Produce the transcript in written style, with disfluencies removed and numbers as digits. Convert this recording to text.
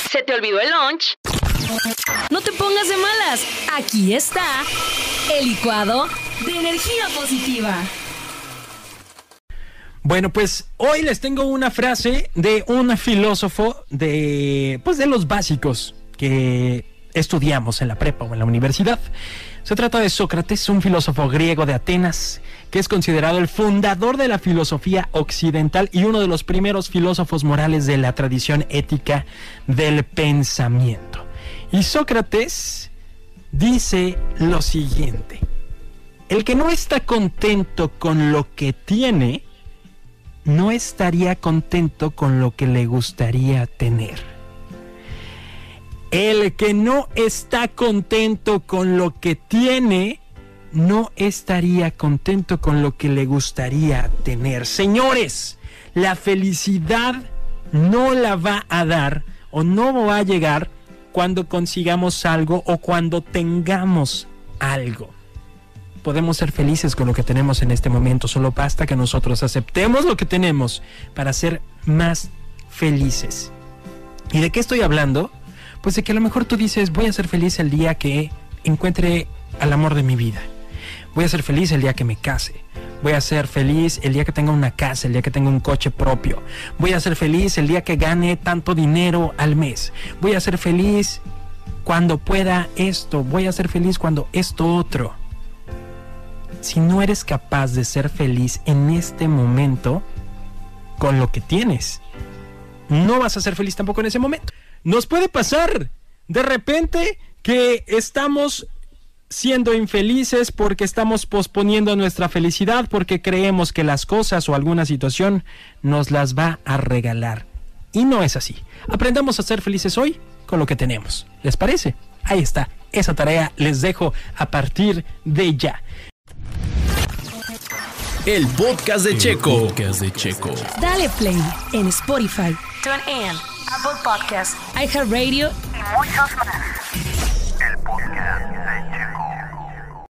¿Se te olvidó el lunch? No te pongas de malas. Aquí está el licuado de energía positiva. Bueno, pues hoy les tengo una frase de un filósofo de los básicos que estudiamos en la prepa o en la universidad. Se trata de Sócrates, un filósofo griego de Atenas, que es considerado el fundador de la filosofía occidental y uno de los primeros filósofos morales de la tradición ética del pensamiento. Y Sócrates dice lo siguiente: el que no está contento con lo que tiene, no estaría contento con lo que le gustaría tener. El que no está contento con lo que tiene, no estaría contento con lo que le gustaría tener. Señores, la felicidad no la va a dar o no va a llegar cuando consigamos algo o cuando tengamos algo. Podemos ser felices con lo que tenemos en este momento, solo basta que nosotros aceptemos lo que tenemos para ser más felices. ¿Y de qué estoy hablando? Pues de que a lo mejor tú dices, voy a ser feliz el día que encuentre al amor de mi vida. Voy a ser feliz el día que me case. Voy a ser feliz el día que tenga una casa, el día que tenga un coche propio. Voy a ser feliz el día que gane tanto dinero al mes. Voy a ser feliz cuando pueda esto. Voy a ser feliz cuando esto otro. Si no eres capaz de ser feliz en este momento con lo que tienes, no vas a ser feliz tampoco en ese momento. Nos puede pasar de repente que estamos siendo infelices porque estamos posponiendo nuestra felicidad, porque creemos que las cosas o alguna situación nos las va a regalar. Y no es así. Aprendamos a ser felices hoy con lo que tenemos. ¿Les parece? Ahí está. Esa tarea les dejo a partir de ya. El podcast de Checo. Dale play en Spotify, TuneIn, Apple Podcasts iHeartRadio y muchos más. El podcast.